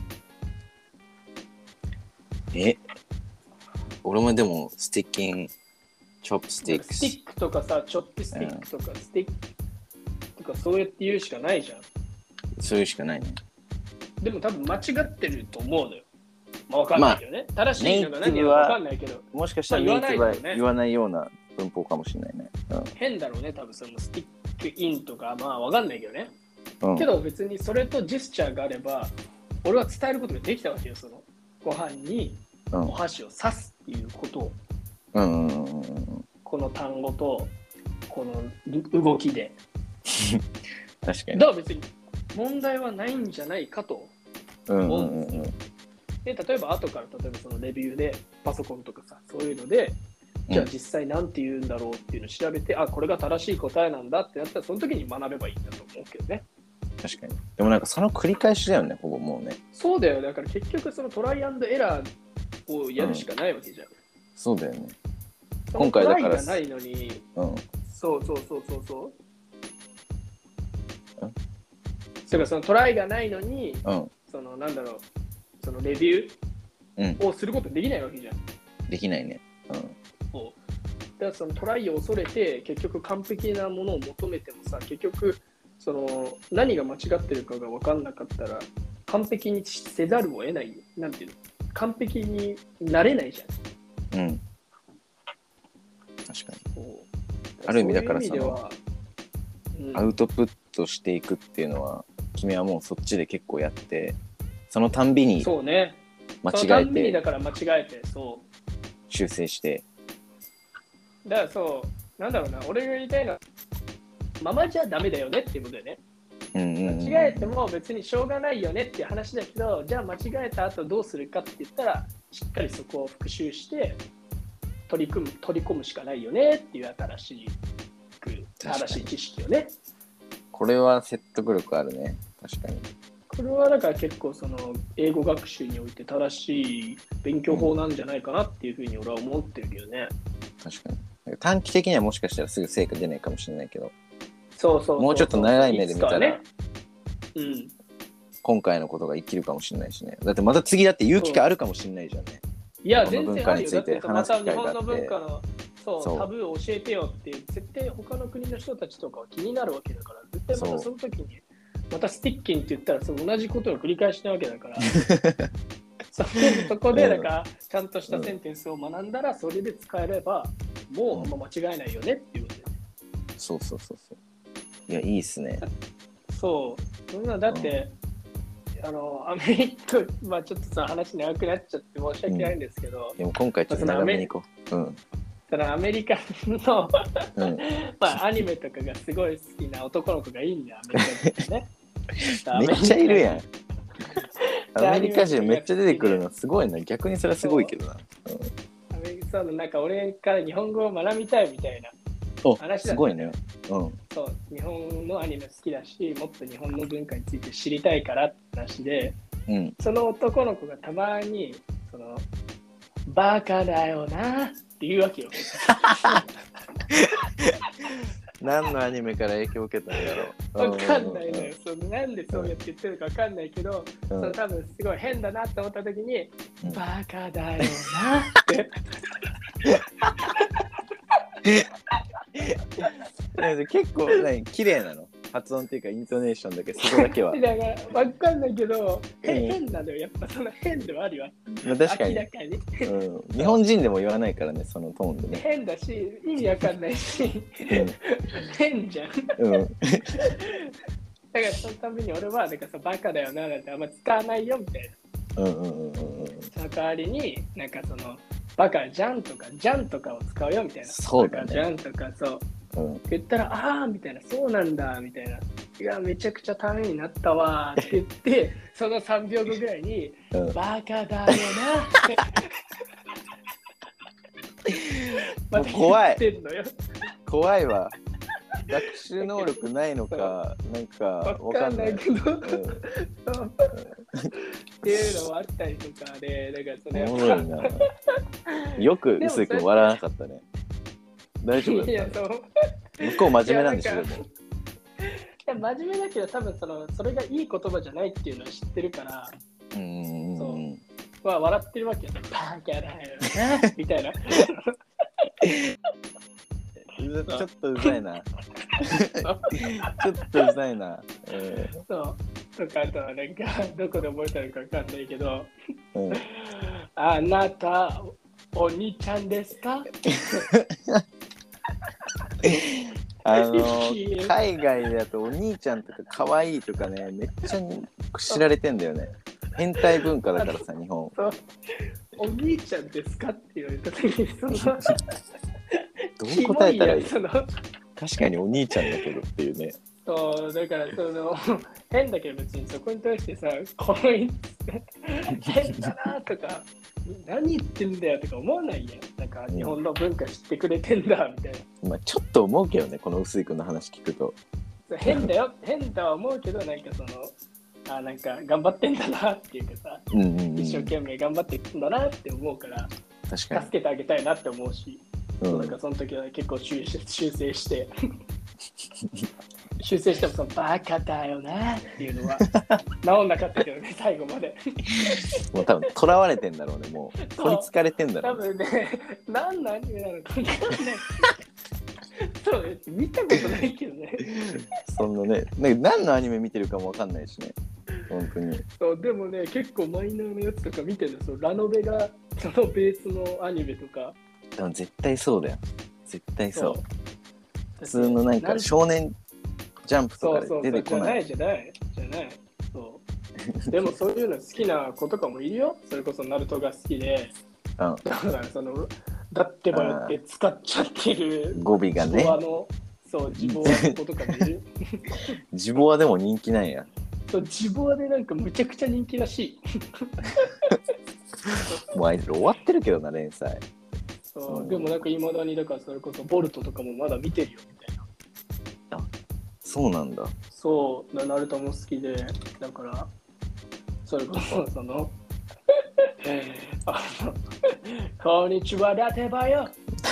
俺もでもスティッキン、チョップスティックス。 スティックとかさ、チョップスティックとか、スティックとかそうやって言うしかないじゃん。 そういうしかないね。 でも多分間違ってると思うのよ。わかんないけどね。正しいのが何かわかんないけど。 もしかしたらネイティブは言わないような文法かもしれないね。 変だろうね、多分そのスティックインとか、わかんないけどね。けど別にそれとジェスチャーがあれば、俺は伝えることができたわけよ、そのご飯にお箸を刺すっていうことを。この単語とこの動きで。 確かに。 だから別に問題はないんじゃないかと思うんですよ。で例えば後からそのレビューでパソコンとかさ、そういうので、じゃあ実際なんて言うんだろうっていうのを調べて、これが正しい答えなんだってなったら、その時に学べばいいんだと思うけどね。 確かに。でもなんかその繰り返しだよね、ほぼもうね。 そうだよ。だから結局そのトライアンドエラーをやるしかないわけじゃん。 そうだよね。 今回だからトライがないのに、そう。だからそのトライがないのに、そのなんだろう、そのレビューをすることできないわけじゃん。 できないね。 そうだからそのトライを恐れて結局完璧なものを求めてもさ、結局その何が間違ってるかが分かんなかったら完璧にせざるを得ない。なんていうの、完璧になれないじゃん。 確かに。ある意味だからそのアウトプットしていくっていうのは、君はもうそっちで結構やって、そのたんびにそうね、 間違えて、 そのたんびにだから間違えて、そう修正して、 だからそうなんだろうな、俺が言いたいのはままじゃダメだよねっていうことだよね。間違えても別にしょうがないよねっていう話だけど、じゃあ間違えた後どうするかって言ったら、しっかりそこを復習して取り込むしかないよねっていう新しい知識をね。 これは説得力あるね。確かに。 これはだから結構その英語学習において正しい勉強法なんじゃないかなっていうふうに俺は思ってるけどね。 確かに。短期的にはもしかしたらすぐ成果出ないかもしれないけど、 そうもうちょっと長い目で見たら、 ね、 今回のことが生きるかもしれないしね。だってまた次だって言う機会あるかもしれないじゃんね。 いや全然あるよ。だってまた日本の文化のタブーを教えてよって絶対他の国の人たちとかは気になるわけだから、絶対またその時にまたスティッキンって言ったらその同じことを繰り返しなわけだからそこでだからちゃんとしたセンテンスを学んだらそれで使えればもうあんま間違いないよねっていうことで、 そういやいいっすね。 そんなだって、アメリカ、ちょっとさ話長くなっちゃって申し訳ないんですけど、 でも今回ちょっと長めにいこう。 ただアメリカのアニメとかがすごい好きな男の子がいいんだよ、アメリカ人ね。 めっちゃいるやん。アメリカ人めっちゃ出てくるのすごいな。逆にそれはすごいけどな。 アメリカのなんか俺から日本語を学びたいみたいな話だった。 すごいね。 そう日本のアニメ好きだし、もっと日本の文化について知りたいからって話で、その男の子がたまにそのバカだよなって言うわけよ。 何のアニメから影響を受けたんだろう。わかんないのよ。なんでそうやって言ってるかわかんないけど、その多分すごい変だなって思った時に、バカだよなって結構綺麗なの、発音っていうかイントネーションだけそこだけは。 だから分かんないけど、変なのよ。やっぱその変ではあるわ。 確かに。 明らかに、 日本人でも言わないからね、そのトーンでね。 変だし、意味わかんないし、変じゃん。だからそのために俺は、バカだよななんてあんま使わないよみたいな。その代わりに、なんかそのバカじゃんとかじゃんとかを使うよみたいな。 そうだね。 バカじゃんとかそう。言ったら、ああみたいな、そうなんだみたいな。いや、めちゃくちゃためになったわって言って、その3秒後ぐらいに、バカだよなって。 また怖い。怖いわ。学習能力ないのか、なんかわかんないけど、 っていうのもあったりとかで、だからそれはよく臼井君笑わなかったね。大丈夫だった。向こう真面目なんでしょ。でもいや真面目だけど、多分それがいい言葉じゃないっていうのは知ってるから、そうは笑ってるわけよ。バカだよなみたいな。 ちょっとうざいな。ちょっとうざいな。 そうとか、あとはなんかどこで覚えたのか分かんないけど、あなたお兄ちゃんですか？ 海外だとお兄ちゃんとか可愛いとかね、めっちゃ知られてんだよね。変態文化だからさ、日本。 お兄ちゃんですかって言われた時にどう答えたらいい？確かにお兄ちゃんだけどっていうね。 そうだから変だけど別にそこに対してさ、こいつ変だなとか何言ってんだよとか思わないやん。なんか日本の文化知ってくれてんだみたいな。 まあちょっと思うけどね、この臼井君の話聞くと。 変だよ、変だは思うけど、なんかなんか頑張ってんだなっていうかさ、一生懸命頑張っていくんだなって思うから、 確かに助けてあげたいなって思うし、なんかその時は結構修正して修正してもバカだよなっていうのは治んなかったけどね、最後まで。 もう多分囚われてんだろうね、もう取りつかれてんだろう、 多分ね、何のアニメなのか分かんない。そう見たことないけどね。 そんなね、何のアニメ見てるかも分かんないしね、本当に。 そうでもね、結構マイナーのやつとか見てるの。ラノベがそのベースのアニメとか。 でも絶対そうだよ。絶対そう。普通のなんか少年ジャンプとかで出てこない。 じゃない。そうでもそういうの好きな子とかもいるよ。それこそナルトが好きで。だからだってばよって使っちゃってる語尾がね。 ジボワの子とかもいる。 ジボワでも人気なんや。 ジボワでなんかむちゃくちゃ人気らしい。もうあいつ終わってるけどな、連載。 でもなんかいまだにだからそれこそボルトとかもまだ見てるよみたいな。 そうなんだ。 そうナルトも好きで、だからそれこそこんにちはだってばよ。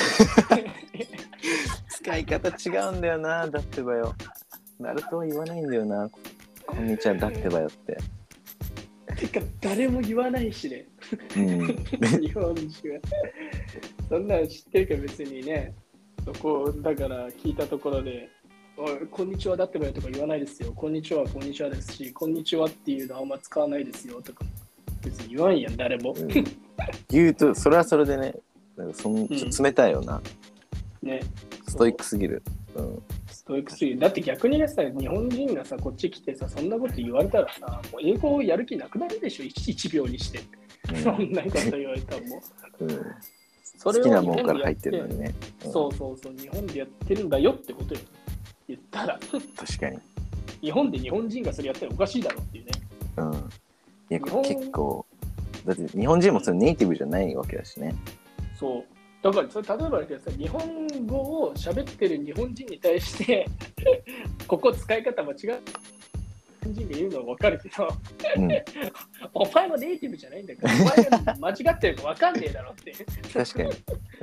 使い方違うんだよな、だってばよ。ナルトは言わないんだよな、こんにちはだってばよって。 てか誰も言わないしね。日本人はそんなの知ってるけど別にね、そこだから聞いたところで、こんにちはだってばよとか言わないですよ。こんにちはこんにちはですし、こんにちはっていうのはあんま使わないですよとか別に言わんやん、誰も。 言うとそれはそれでね、なんかちょっと冷たいよな。 ね、 ストイックすぎる。 ストイックすぎる。だって逆にさ、日本人がさ、こっち来てさ、そんなこと言われたらさ、もう英語をやる気なくなるでしょ、1秒にして。そんなこと言われたらもう。 それ好きなもんから入ってるのにね。 そう、日本でやってるんだよってことよ。言ったら。 確かに。 日本で日本人がそれやったらおかしいだろっていうね。 いや、結構、だって日本人もそれネイティブじゃないわけだしね。 そう。だからそれ例えばだけどさ、日本語を喋ってる日本人に対してここ使い方間違う日本人が言うのは分かるけど、お前もネイティブじゃないんだからお前が間違ってるか分かんねえだろって確かに、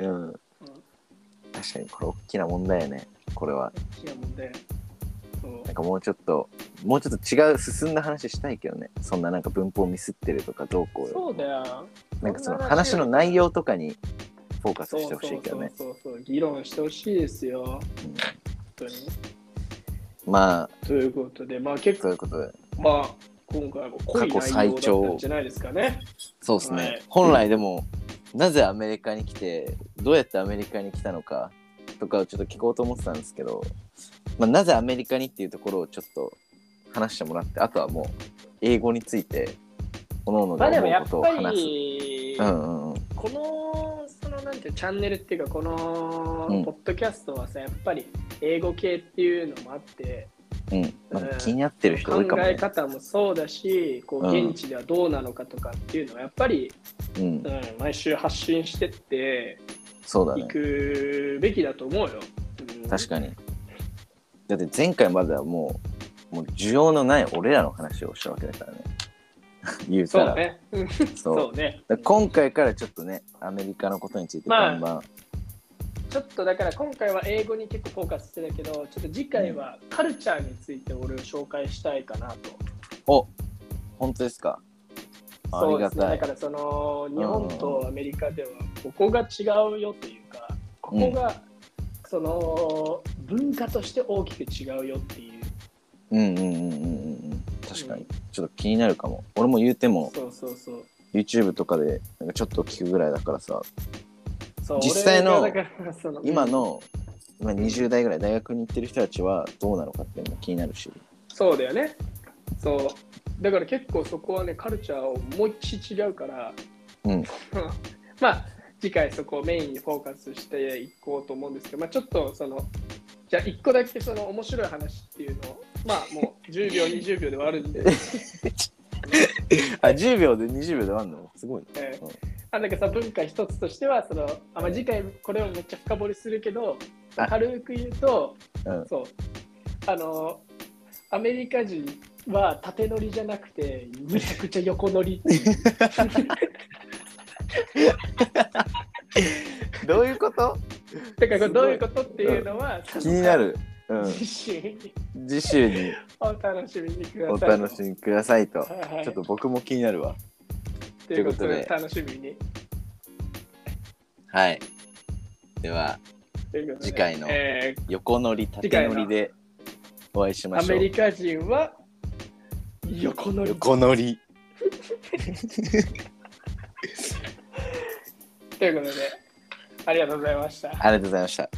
確かにこれ大きな問題やね、これは。 大きな問題。 なんかもうちょっと違う進んだ話したいけどね。そんななんか文法ミスってるとかどうこうよ。 そうだよ。 なんかその話の内容とかにフォーカスしてほしいけどね。 そう議論してほしいですよ。本当に。 まあということで、まあ結構そういうことで、 まあ今回も濃い内容だったんじゃないですかね。 そうですね。本来でもなぜアメリカに来て、どうやってアメリカに来たのかとかをちょっと聞こうと思ってたんですけど、なぜアメリカにっていうところをちょっと話してもらって、あとはもう英語について各々が思うことを話す。 このなんてチャンネルっていうかこのポッドキャストはさ、やっぱり英語系っていうのもあって、 まあ、気になってる人多いかもね。 考え方もそうだし、こう現地ではどうなのかとかっていうのはやっぱり、毎週発信してっていくべきだと思うよ。 確かに。だって前回まではもう需要のない俺らの話をしたわけだからね。言うたら。そうね。今回からちょっとね、アメリカのことについてバンバン。 ちょっとだから今回は英語に結構フォーカスしてたけど、ちょっと次回はカルチャーについて俺を紹介したいかなと。 お、本当ですか。ありがたい。 そうですね。だからその日本とアメリカではここが違うよというか、ここがその文化として大きく違うよっていう。 確かに、ちょっと気になるかも。俺も言うても、YouTube とかでなんかちょっと聞くぐらいだからさ。実際の今20代ぐらい大学に行ってる人たちはどうなのかっていうのも気になるし。 そうだよね。そうだから結構そこはね、カルチャーをもう一度違うから、まあ次回そこをメインにフォーカスしていこうと思うんですけど、まあちょっとそのじゃあ1個だけその面白い話っていうのをまあもう10秒20秒で終わるんで 10秒で20秒で終わるのすごいね。 なんかさ、文化一つとしてはその次回これをめっちゃ深掘りするけど、軽く言うと、そうアメリカ人は縦乗りじゃなくてめちゃくちゃ横乗りっていうどういうこと？ だからどういうことっていうのは気になる。次週にお楽しみにくださいと。ちょっと僕も気になるわ。 ということで楽しみに。 はい。では次回の横乗り縦乗りでお会いしましょう。 アメリカ人は横乗り。ということでありがとうございました。 ありがとうございました。